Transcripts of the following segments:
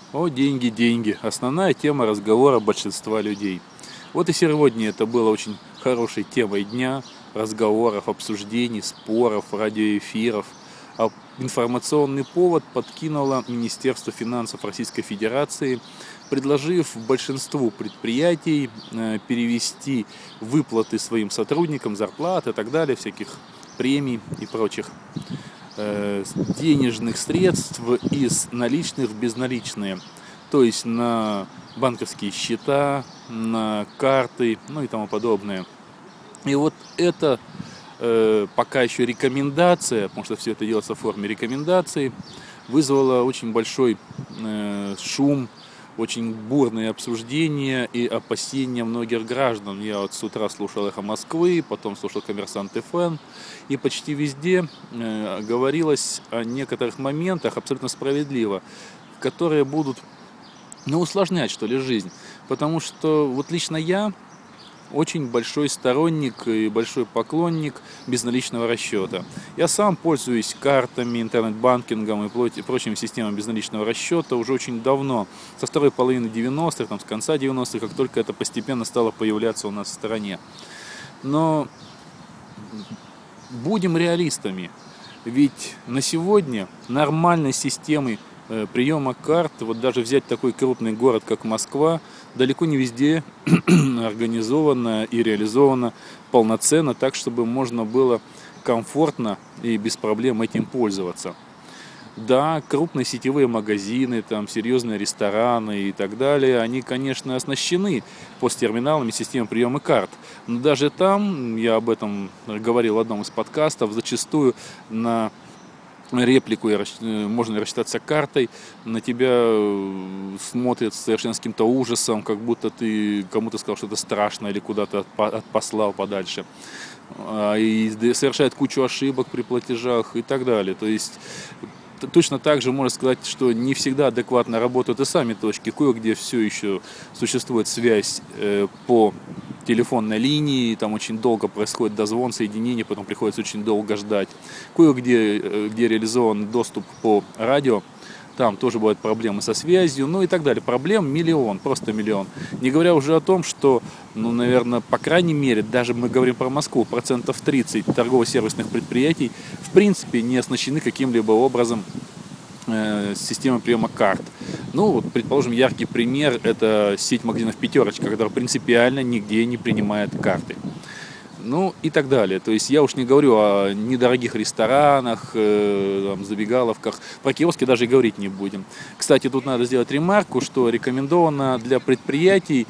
О, деньги, деньги. Основная тема разговора большинства людей. Вот и сегодня это было очень хорошей темой дня, разговоров, обсуждений, споров, радиоэфиров. А информационный повод подкинуло Министерство финансов Российской Федерации, предложив большинству предприятий перевести выплаты своим сотрудникам, зарплаты и так далее, всяких премий и прочих денежных средств из наличных в безналичные, то есть на банковские счета, на карты, ну и тому подобное. И вот это пока еще рекомендация, потому что все это делается в форме рекомендации, вызвало очень большой шум, очень бурные обсуждения и опасения многих граждан. Я вот с утра слушал «Эхо Москвы», потом слушал «Коммерсант ФМ», и почти везде говорилось о некоторых моментах абсолютно справедливо, которые будут, усложнять, что ли, жизнь. Потому что вот лично я очень большой сторонник и большой поклонник безналичного расчета. Я сам пользуюсь картами, интернет-банкингом и прочими системами безналичного расчета уже очень давно, со второй половины 90-х, с конца 90-х, как только это постепенно стало появляться у нас в стране. Но будем реалистами, ведь на сегодня нормальной системы приема карт, вот даже взять такой крупный город, как Москва, далеко не везде организовано и реализовано полноценно, так, чтобы можно было комфортно и без проблем этим пользоваться. Да, крупные сетевые магазины, там серьезные рестораны и так далее, они, конечно, оснащены посттерминалами системы приема карт. Но даже там, я об этом говорил в одном из подкастов, зачастую на реплику можно рассчитаться картой, на тебя смотрят совершенно с каким-то ужасом, как будто ты кому-то сказал что-то страшное или куда-то послал подальше. И совершает кучу ошибок при платежах и так далее. То есть точно так же можно сказать, что не всегда адекватно работают и сами точки. Кое-где все еще существует связь по телефонной линии, там очень долго происходит дозвон, соединение, потом приходится очень долго ждать. Кое-где, где реализован доступ по радио, там тоже бывают проблемы со связью, ну и так далее. Проблем миллион, просто миллион. Не говоря уже о том, что, наверное, по крайней мере, даже мы говорим про Москву, 30% торгово-сервисных предприятий в принципе не оснащены каким-либо образом системой приема карт. Предположим, яркий пример – это сеть магазинов «Пятерочка», которая принципиально нигде не принимает карты. И так далее. То есть я уж не говорю о недорогих ресторанах, забегаловках, про киоски даже и говорить не будем. Кстати, тут надо сделать ремарку, что рекомендовано для предприятий,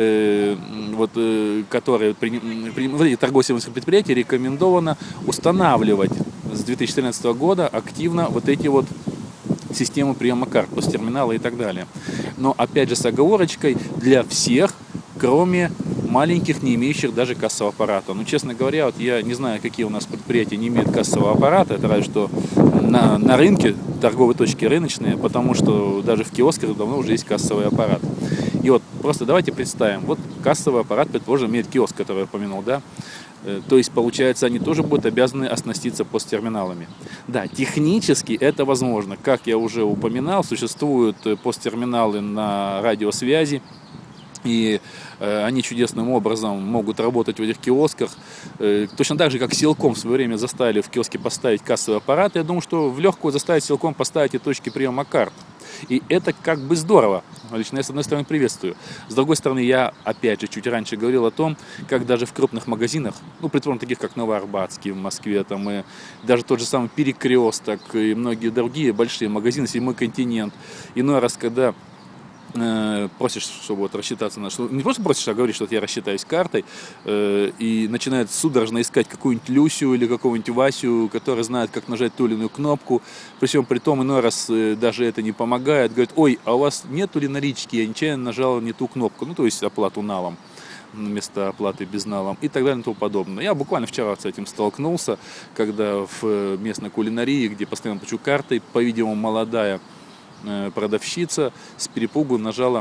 которые торгово-сервисных предприятий, рекомендовано устанавливать с 2013 года активно эти системы приема карт, посттерминалы и так далее. Но опять же с оговорочкой для всех, кроме маленьких, не имеющих даже кассового аппарата. Честно говоря, я не знаю, какие у нас предприятия не имеют кассового аппарата. Это разве что на рынке, торговые точки рыночные, потому что даже в киосках давно уже есть кассовый аппарат. И просто давайте представим, кассовый аппарат, предположим, имеет киоск, который я упомянул, да? То есть, получается, они тоже будут обязаны оснаститься посттерминалами. Да, технически это возможно. Как я уже упоминал, существуют посттерминалы на радиосвязи, и они чудесным образом могут работать в этих киосках. Точно так же, как Силком в свое время заставили в киоске поставить кассовый аппарат. Я думаю, что в легкую заставить Силком поставить и точки приема карт. И это как бы здорово. Лично я, с одной стороны, приветствую. С другой стороны, я, опять же, чуть раньше говорил о том, как даже в крупных магазинах, предположим, таких как Новоарбатский в Москве, и даже тот же самый Перекресток и многие другие большие магазины, Седьмой континент, иной раз, когда просишь, чтобы рассчитаться не просто просишь, а говоришь, что я рассчитаюсь картой, и начинает судорожно искать какую-нибудь Люсю или какого-нибудь Васю, который знает, как нажать ту или иную кнопку. При всем при том, иной раз даже это не помогает. Говорит: ой, а у вас нету ли налички, я нечаянно нажал не ту кнопку, то есть оплату налом вместо оплаты безналом и так далее и тому подобное. Я буквально вчера с этим столкнулся, когда в местной кулинарии, где постоянно плачу картой, по-видимому, молодая продавщица с перепугу нажала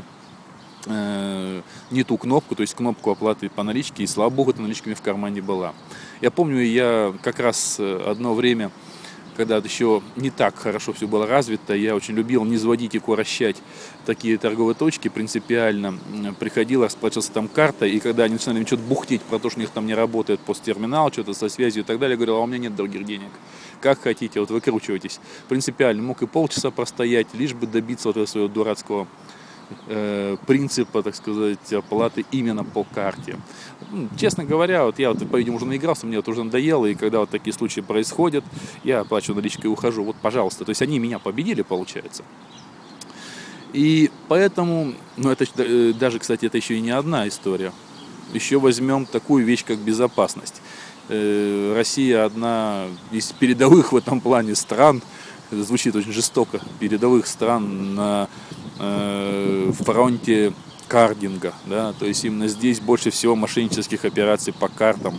не ту кнопку, то есть кнопку оплаты по наличке, и слава богу, эта наличка у меня в кармане была. Я помню, я как раз одно время когда еще не так хорошо все было развито, я очень любил не заводить и курощать такие торговые точки принципиально. Приходил, расплачивался там картой, и когда они начинали что-то бухтеть про то, что у них там не работает посттерминал, что-то со связью и так далее, я говорил, а у меня нет других денег. Как хотите, вот выкручивайтесь. Принципиально мог и полчаса простоять, лишь бы добиться вот этого своего дурацкого принципа, так сказать, оплаты именно по карте. Честно говоря, вот я, по-видимому, уже наигрался, мне уже надоело, и когда вот такие случаи происходят, я оплачиваю наличкой и ухожу. Вот, пожалуйста. То есть они меня победили, получается. И поэтому, это даже, кстати, это еще и не одна история. Еще возьмем такую вещь, как безопасность. Россия одна из передовых в этом плане стран, это звучит очень жестоко, передовых стран на фронте кардинга, да, то есть именно здесь больше всего мошеннических операций по картам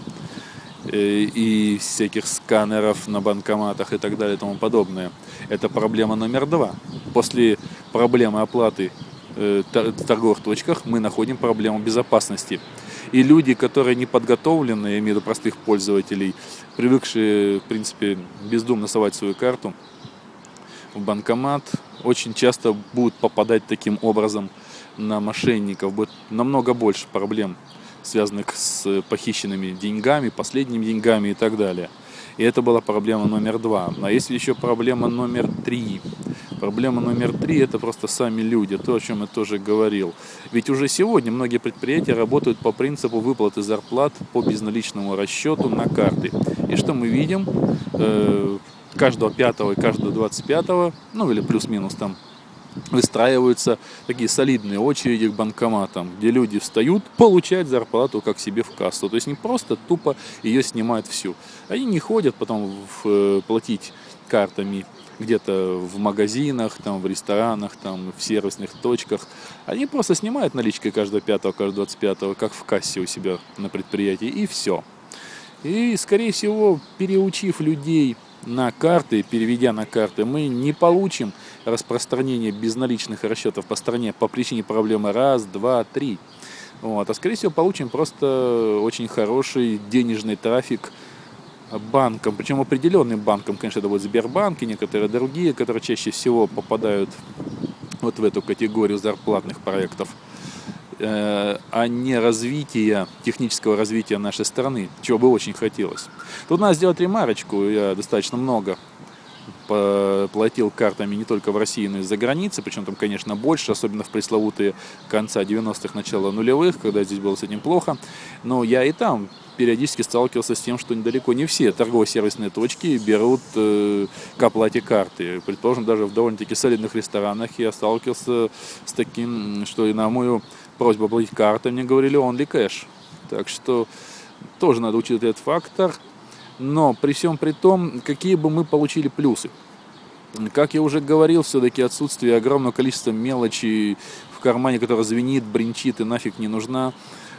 и всяких сканеров на банкоматах и так далее и тому подобное. Это проблема номер 2. После проблемы оплаты в торговых точках мы находим проблему безопасности. И люди, которые не подготовлены, я имею в виду простых пользователей, привыкшие, в принципе, бездумно совать свою карту в банкомат, очень часто будут попадать таким образом на мошенников. Будет намного больше проблем, связанных с похищенными деньгами, последними деньгами и так далее. И это была проблема номер 2. А есть еще проблема номер 3. Проблема номер 3 – это просто сами люди, то, о чем я тоже говорил. Ведь уже сегодня многие предприятия работают по принципу выплаты зарплат по безналичному расчету на карты. И что мы видим? Каждого 5 и каждого 25, или плюс-минус там, выстраиваются такие солидные очереди к банкоматам, где люди встают получать зарплату как себе в кассу. То есть не просто тупо ее снимают всю. Они не ходят потом платить картами где-то в магазинах, там, в ресторанах, там, в сервисных точках. Они просто снимают наличкой каждого 5, каждого 25, как в кассе у себя на предприятии, и все. И, скорее всего, переучив людей на карты, переведя на карты, мы не получим распространение безналичных расчетов по стране по причине проблемы 1, 2, 3. А скорее всего получим просто очень хороший денежный трафик банкам, причем определенным банкам, конечно, это будет Сбербанк и некоторые другие, которые чаще всего попадают вот в эту категорию зарплатных проектов, а не технического развития нашей страны, чего бы очень хотелось. Тут надо сделать ремарочку, я достаточно много платил картами не только в России, но и за границей, причем там, конечно, больше, особенно в пресловутые конца 90-х, начала нулевых, когда здесь было с этим плохо, но я и там периодически сталкивался с тем, что далеко не все торгово-сервисные точки берут к оплате карты. Предположим, даже в довольно-таки солидных ресторанах я сталкивался с таким, что и на мою просьбу оплатить картой мне говорили only cash. Так что тоже надо учитывать этот фактор. Но при всем при том, какие бы мы получили плюсы? Как я уже говорил, все-таки отсутствие огромного количества мелочи в кармане, которая звенит, бренчит и нафиг не нужна,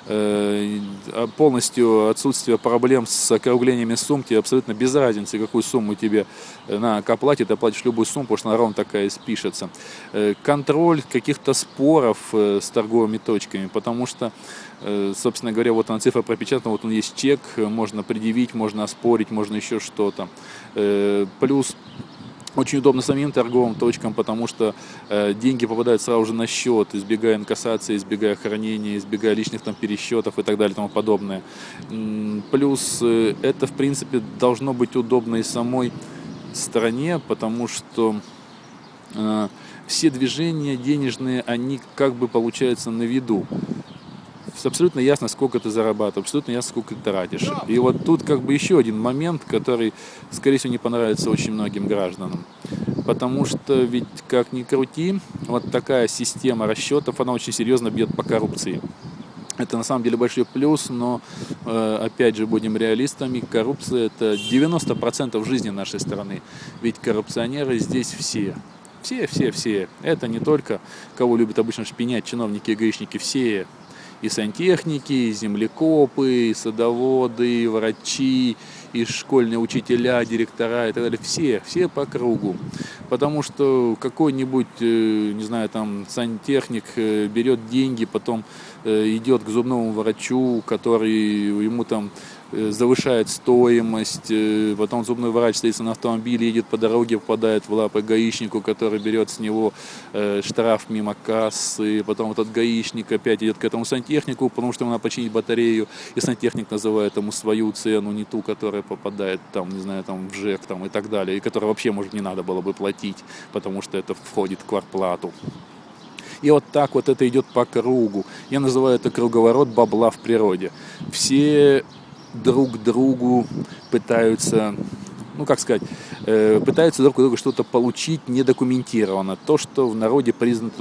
полностью отсутствие проблем с округлениями сумм, тебе абсолютно без разницы, какую сумму тебе к оплате, ты оплатишь любую сумму, потому что она ровно такая и спишется. Контроль каких-то споров с торговыми точками, потому что, собственно говоря, вот она цифра пропечатана, вот он есть чек, можно предъявить, можно оспорить, можно еще что-то. Плюс очень удобно самим торговым точкам, потому что деньги попадают сразу же на счет, избегая инкассации, избегая хранения, избегая личных там пересчетов и так далее и тому подобное. Плюс это, в принципе, должно быть удобно и самой стране, потому что все движения денежные, они как бы получаются на виду. Абсолютно ясно, сколько ты зарабатываешь, абсолютно ясно, сколько ты тратишь. И вот тут как бы еще один момент, который, скорее всего, не понравится очень многим гражданам. Потому что ведь, как ни крути, вот такая система расчетов, она очень серьезно бьет по коррупции. Это на самом деле большой плюс, но, опять же, будем реалистами, коррупция – это 90% жизни нашей страны. Ведь коррупционеры здесь все. Все. Это не только, кого любят обычно шпинять чиновники и гаишники, все. И сантехники, и землекопы, и садоводы, и врачи, и школьные учителя, директора и так далее. Все по кругу. Потому что какой-нибудь, не знаю, там сантехник берет деньги, потом идет к зубному врачу, который ему там завышает стоимость, потом зубной врач стоит на автомобиле, едет по дороге, попадает в лапы гаишнику, который берет с него штраф мимо кассы, потом этот гаишник опять идет к этому сантехнику, потому что ему надо починить батарею, и сантехник называет ему свою цену, не ту, которая попадает там, не знаю, там в ЖЭК там, и так далее, и которую вообще, может, не надо было бы платить, потому что это входит в квартплату. И вот так вот это идет по кругу. Я называю это круговорот бабла в природе. Все друг другу пытаются, пытаются друг у друга что-то получить недокументированно. То, что в народе принято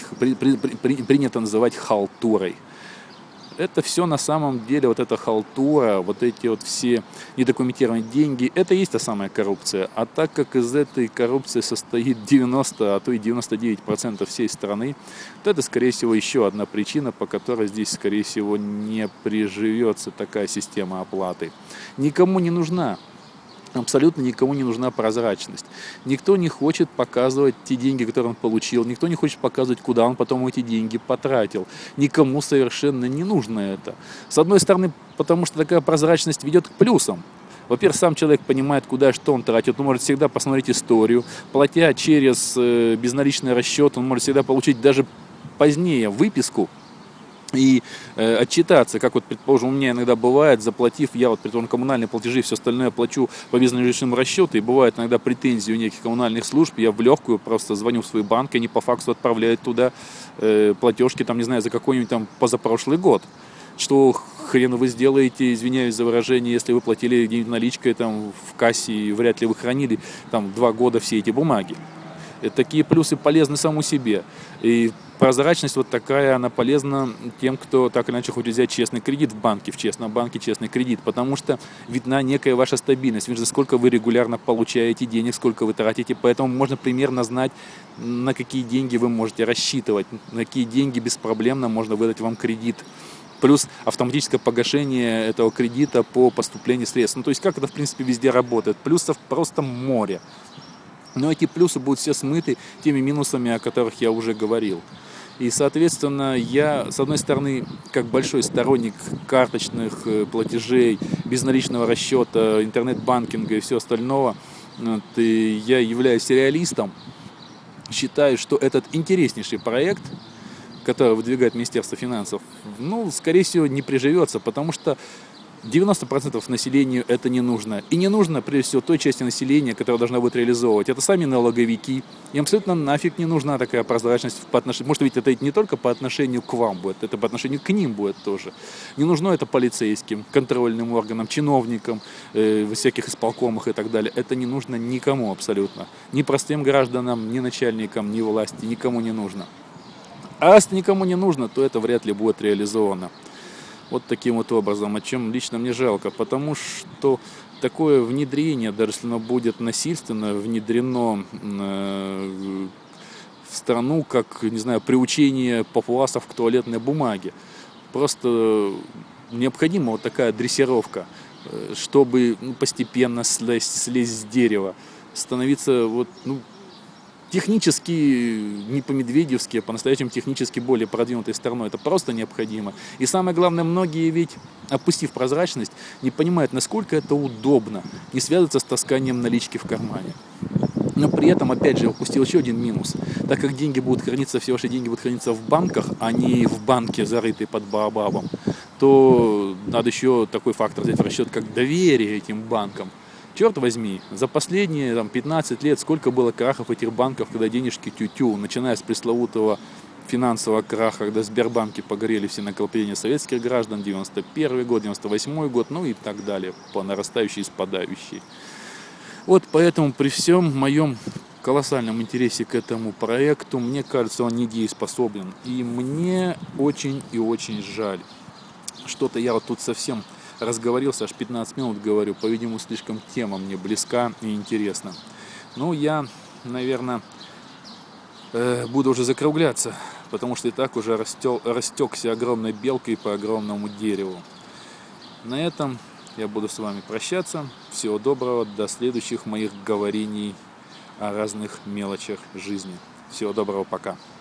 называть халтурой. Это все на самом деле, вот эта халтура, вот эти вот все недокументированные деньги, это и есть та самая коррупция. А так как из этой коррупции состоит 90, а то и 99% всей страны, то это, скорее всего, еще одна причина, по которой здесь, скорее всего, не приживется такая система оплаты. Никому не нужна. Абсолютно никому не нужна прозрачность. Никто не хочет показывать те деньги, которые он получил. Никто не хочет показывать, куда он потом эти деньги потратил. Никому совершенно не нужно это. С одной стороны, потому что такая прозрачность ведет к плюсам. Во-первых, сам человек понимает, куда и что он тратит. Он может всегда посмотреть историю. Платя через безналичный расчет, он может всегда получить даже позднее выписку и отчитаться, как вот, предположим, у меня иногда бывает, заплатив, я вот, предположим, коммунальные платежи, все остальное плачу по безналичному расчету, и бывает иногда претензии у неких коммунальных служб, я в легкую просто звоню в свой банк, и они по факсу отправляют туда платежки, там, не знаю, за какой-нибудь там позапрошлый год. Что хрен вы сделаете, извиняюсь за выражение, если вы платили где-нибудь наличкой там в кассе, и вряд ли вы хранили там 2 года все эти бумаги. Такие плюсы полезны самому себе. И прозрачность вот такая, она полезна тем, кто так или иначе хочет взять честный кредит в банке, в честном банке честный кредит, потому что видна некая ваша стабильность, видно, сколько вы регулярно получаете денег, сколько вы тратите, поэтому можно примерно знать, на какие деньги вы можете рассчитывать, на какие деньги беспроблемно можно выдать вам кредит. Плюс автоматическое погашение этого кредита по поступлению средств. То есть как это в принципе везде работает. Плюсов просто море. Но эти плюсы будут все смыты теми минусами, о которых я уже говорил. И, соответственно, я, с одной стороны, как большой сторонник карточных платежей, безналичного расчета, интернет-банкинга и всего остального, я являюсь реалистом. Считаю, что этот интереснейший проект, который выдвигает Министерство финансов, скорее всего, не приживется, потому что 90% населению это не нужно. И не нужно, прежде всего, той части населения, которая должна будет реализовывать. Это сами налоговики. Им абсолютно нафиг не нужна такая прозрачность по отношению. Может быть, это не только по отношению к вам будет, это по отношению к ним будет тоже. Не нужно это полицейским, контрольным органам, чиновникам, в всяких исполкомах и так далее. Это не нужно никому абсолютно. Ни простым гражданам, ни начальникам, ни власти, никому не нужно. А если никому не нужно, то это вряд ли будет реализовано. Вот таким вот образом, о чем лично мне жалко, потому что такое внедрение, даже если оно будет насильственно внедрено в страну, как, не знаю, приучение папуасов к туалетной бумаге, просто необходима вот такая дрессировка, чтобы постепенно слезть с дерева, становиться технически, не по-медведевски, а по-настоящему технически более продвинутой стороной. Это просто необходимо. И самое главное, многие ведь, опустив прозрачность, не понимают, насколько это удобно, не связываться с тасканием налички в кармане. Но при этом, опять же, упустил еще один минус. Так как деньги будут храниться, все ваши деньги будут храниться в банках, а не в банке, зарытые под Баобабом, то надо еще такой фактор взять в расчет, как доверие этим банкам. Черт возьми, за последние 15 лет сколько было крахов этих банков, когда денежки тю-тю, начиная с пресловутого финансового краха, когда в Сбербанке погорели все накопления советских граждан, 91 год, 98 год, и так далее, по нарастающей и спадающей. Вот поэтому при всем моем колоссальном интересе к этому проекту, мне кажется, он недееспособен. И мне очень и очень жаль. Что-то я вот тут совсем разговорился, аж 15 минут говорю, по-видимому, слишком тема мне близка и интересна. Я, наверное, буду уже закругляться, потому что и так уже растекся огромной белкой по огромному дереву. На этом я буду с вами прощаться. Всего доброго, до следующих моих говорений о разных мелочах жизни. Всего доброго, пока.